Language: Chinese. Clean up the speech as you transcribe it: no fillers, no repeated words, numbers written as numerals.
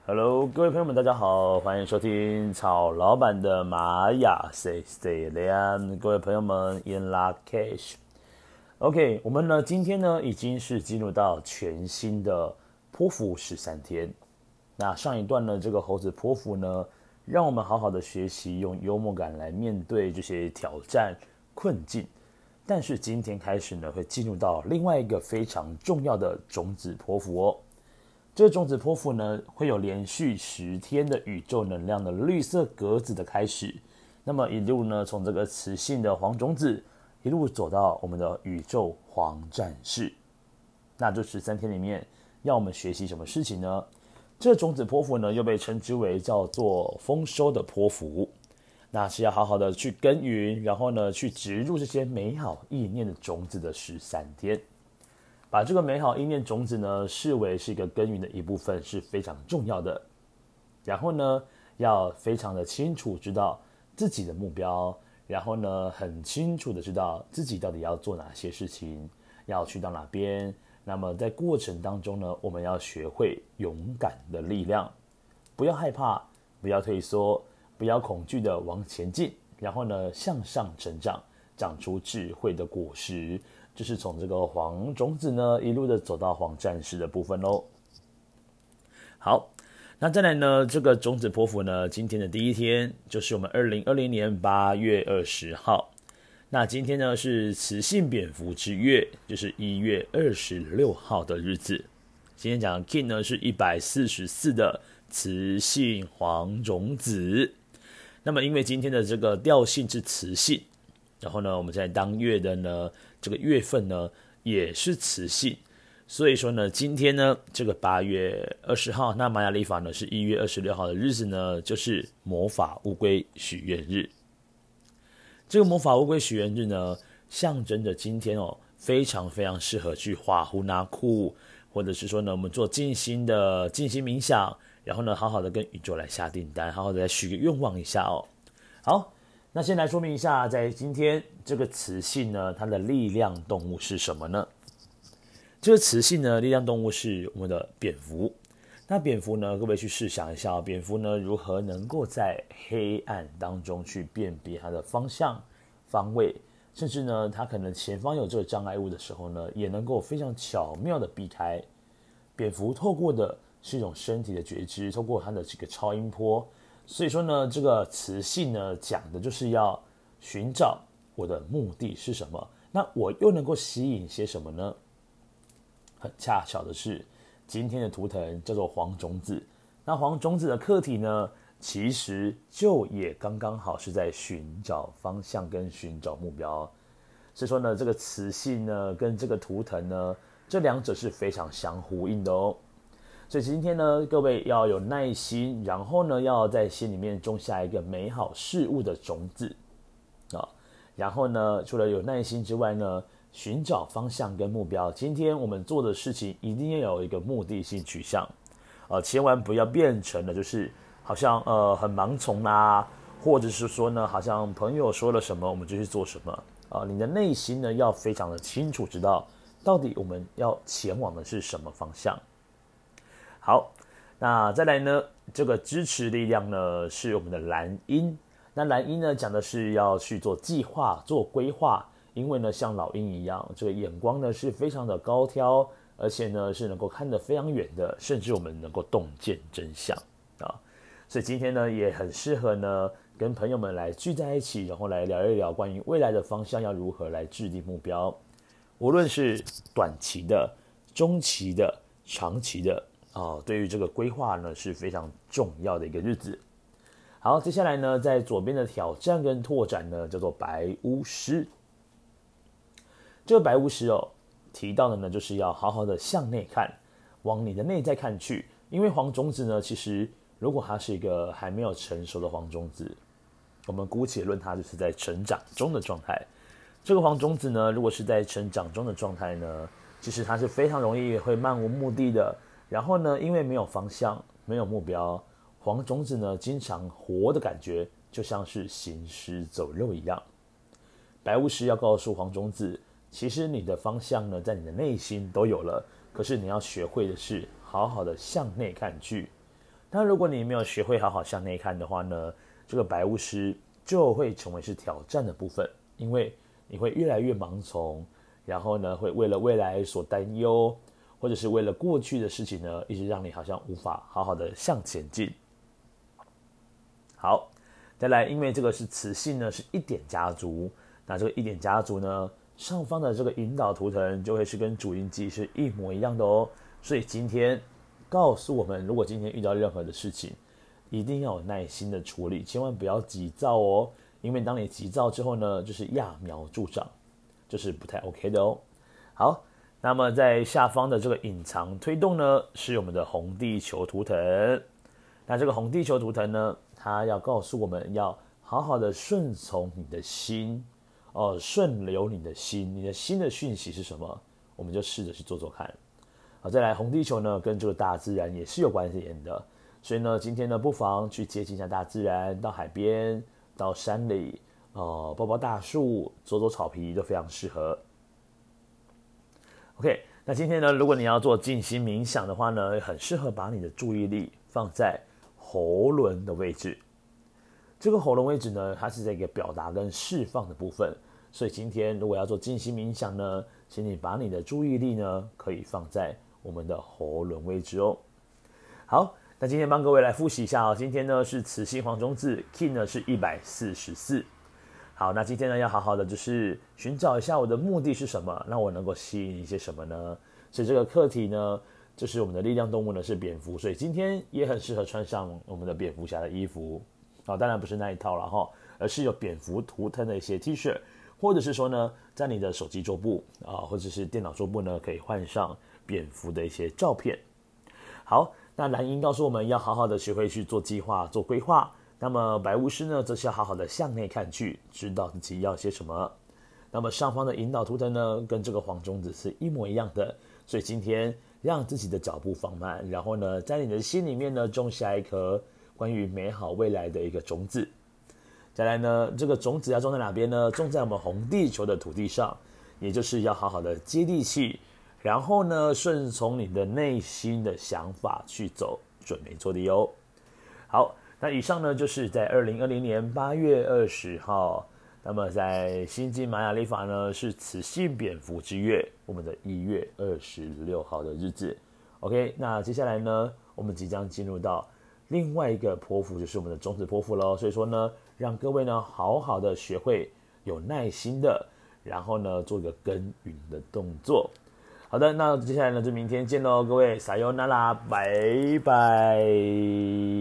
Hello，各位朋友们，大家好，欢迎收听草老板的玛雅 Say Lian。各位朋友们 ，In La Cash。OK， 我们呢今天呢已经是进入到全新的波符13天。那上一段呢，这个猴子波符呢，让我们好好的学习用幽默感来面对这些挑战困境。但是今天开始呢，会进入到另外一个非常重要的种子波符哦。这个种子波符呢，会有连续10天的宇宙能量的绿色格子的开始。那么一路呢，从这个磁性的黄种子一路走到我们的宇宙黄战士。那这13天里面，要我们学习什么事情呢？这个种子波符呢，又被称之为叫做丰收的波符。那是要好好的去耕耘，然后呢，去植入这些美好意念的种子的13天。把这个美好意念种子呢，视为是一个耕耘的一部分，是非常重要的。然后呢，要非常的清楚知道自己的目标，然后呢，很清楚的知道自己到底要做哪些事情，要去到哪边。那么在过程当中呢，我们要学会勇敢的力量，不要害怕，不要退缩，不要恐惧的往前进，然后呢，向上成长，长出智慧的果实。就是从这个黄种子呢，一路的走到黄战士的部分咯。好，那再来呢，这个种子波符呢，今天的第一天就是我们2020年8月20号。那今天呢是磁性蝙蝠之月，就是1月26号的日子。今天讲的 King 呢是144的磁性黄种子。那么因为今天的这个调性是磁性，然后呢，我们在当月的呢这个月份呢也是磁性，所以说呢，今天呢这个8月20号，那玛雅历法呢是1月26号的日子呢，就是魔法乌龟许愿日。这个魔法乌龟许愿日呢，象征着今天哦，非常非常适合去画呼纳库，或者是说呢，我们做静心冥想，然后呢，好好的跟宇宙来下订单，好好的来许个愿望一下哦。好。那先来说明一下，在今天这个磁性呢，它的力量动物是什么呢？这个磁性呢，力量动物是我们的蝙蝠。那蝙蝠呢，各位去试想一下，蝙蝠呢如何能够在黑暗当中去辨别它的方向、方位，甚至呢，它可能前方有这个障碍物的时候呢，也能够非常巧妙的避开。蝙蝠透过的是一种身体的觉知，透过它的这个超音波。所以说呢，这个磁性呢，讲的就是要寻找我的目的是什么，那我又能够吸引些什么呢？很恰巧的是，今天的图腾叫做黄种子。那黄种子的课题呢，其实就也刚刚好是在寻找方向跟寻找目标。所以说呢，这个磁性呢，跟这个图腾呢，这两者是非常相呼应的哦。所以今天呢，各位要有耐心，然后呢，要在心里面种下一个美好事物的种子啊。然后呢，除了有耐心之外呢，寻找方向跟目标。今天我们做的事情一定要有一个目的性取向，千万不要变成了就是好像很盲从啦，或者是说呢，好像朋友说了什么我们就去做什么啊。你的内心呢要非常的清楚，知道到底我们要前往的是什么方向。好，那再来呢，这个支持力量呢是我们的蓝鹰。那蓝鹰呢讲的是要去做计划、做规划，因为呢像老鹰一样，这个眼光呢是非常的高挑，而且呢是能够看得非常远的，甚至我们能够洞见真相啊。所以今天呢也很适合呢跟朋友们来聚在一起，然后来聊一聊关于未来的方向要如何来制定目标，无论是短期的、中期的、长期的。对于这个规划呢是非常重要的一个日子。好，接下来呢，在左边的挑战跟拓展呢，叫做白巫师。这个白巫师提到的呢，就是要好好的向内看，往你的内在看去。因为黄种子呢，其实如果它是一个还没有成熟的黄种子，我们姑且论它就是在成长中的状态。这个黄种子呢，如果是在成长中的状态呢，其实它是非常容易会漫无目的的。然后呢，因为没有方向，没有目标，黄种子呢，经常活的感觉就像是行尸走肉一样。白巫师要告诉黄种子，其实你的方向呢，在你的内心都有了，可是你要学会的是好好的向内看去， 那如果你没有学会好好向内看的话呢，这个白巫师就会成为是挑战的部分，因为你会越来越盲从，然后呢会为了未来所担忧，或者是为了过去的事情呢，一直让你好像无法好好的向前进。好，再来，因为这个是磁性呢，是一点家族，那这个一点家族呢，上方的这个引导图腾就会是跟主印记是一模一样的哦。所以今天告诉我们，如果今天遇到任何的事情，一定要有耐心的处理，千万不要急躁哦。因为当你急躁之后呢，就是揠苗助长，就是不太 OK 的哦。好，那么在下方的这个隐藏推动呢，是我们的红地球图腾。那这个红地球图腾呢，它要告诉我们要好好的顺从你的心顺流你的心，你的心的讯息是什么，我们就试着去做做看。好，再来红地球呢，跟这个大自然也是有关联的，所以呢，今天呢，不妨去接近一下大自然，到海边，到山里，抱抱大树，走走草皮，都非常适合。OK， 那今天呢，如果你要做静心冥想的话呢，很适合把你的注意力放在喉轮的位置。这个喉轮位置呢，它是在一个表达跟释放的部分，所以今天如果要做静心冥想呢，请你把你的注意力呢，可以放在我们的喉轮位置哦。好，那今天帮各位来复习一下哦。今天呢是磁性黄种子 ，Key 呢是144。好，那今天呢要好好的就是寻找一下我的目的是什么，让我能够吸引一些什么呢？所以这个课题呢，就是我们的力量动物呢是蝙蝠，所以今天也很适合穿上我们的蝙蝠侠的衣服。当然不是那一套了哈，而是有蝙蝠图腾的一些 T 恤，或者是说呢，在你的手机桌布或者是电脑桌布呢，可以换上蝙蝠的一些照片。好，那蓝鹰告诉我们要好好的学会去做计划、做规划。那么白巫师呢，则是要好好的向内看去，知道自己要些什么。那么上方的引导图腾呢，跟这个黄种子是一模一样的，所以今天让自己的脚步放慢，然后呢，在你的心里面呢，种下一颗关于美好未来的一个种子。再来呢，这个种子要种在哪边呢？种在我们红地球的土地上，也就是要好好的接地气，然后呢，顺从你的内心的想法去走，准没错的哟。好，那以上呢就是在2020年8月20号，那么在新晋玛雅历法呢是雌性蝙蝠之月，我们的1月26号的日子。OK， 那接下来呢，我们即将进入到另外一个波符，就是我们的种子波符咯。所以说呢，让各位呢好好的学会有耐心的，然后呢做一个耕耘的动作。好的，那接下来呢就明天见咯，各位，撒由那拉，拜拜。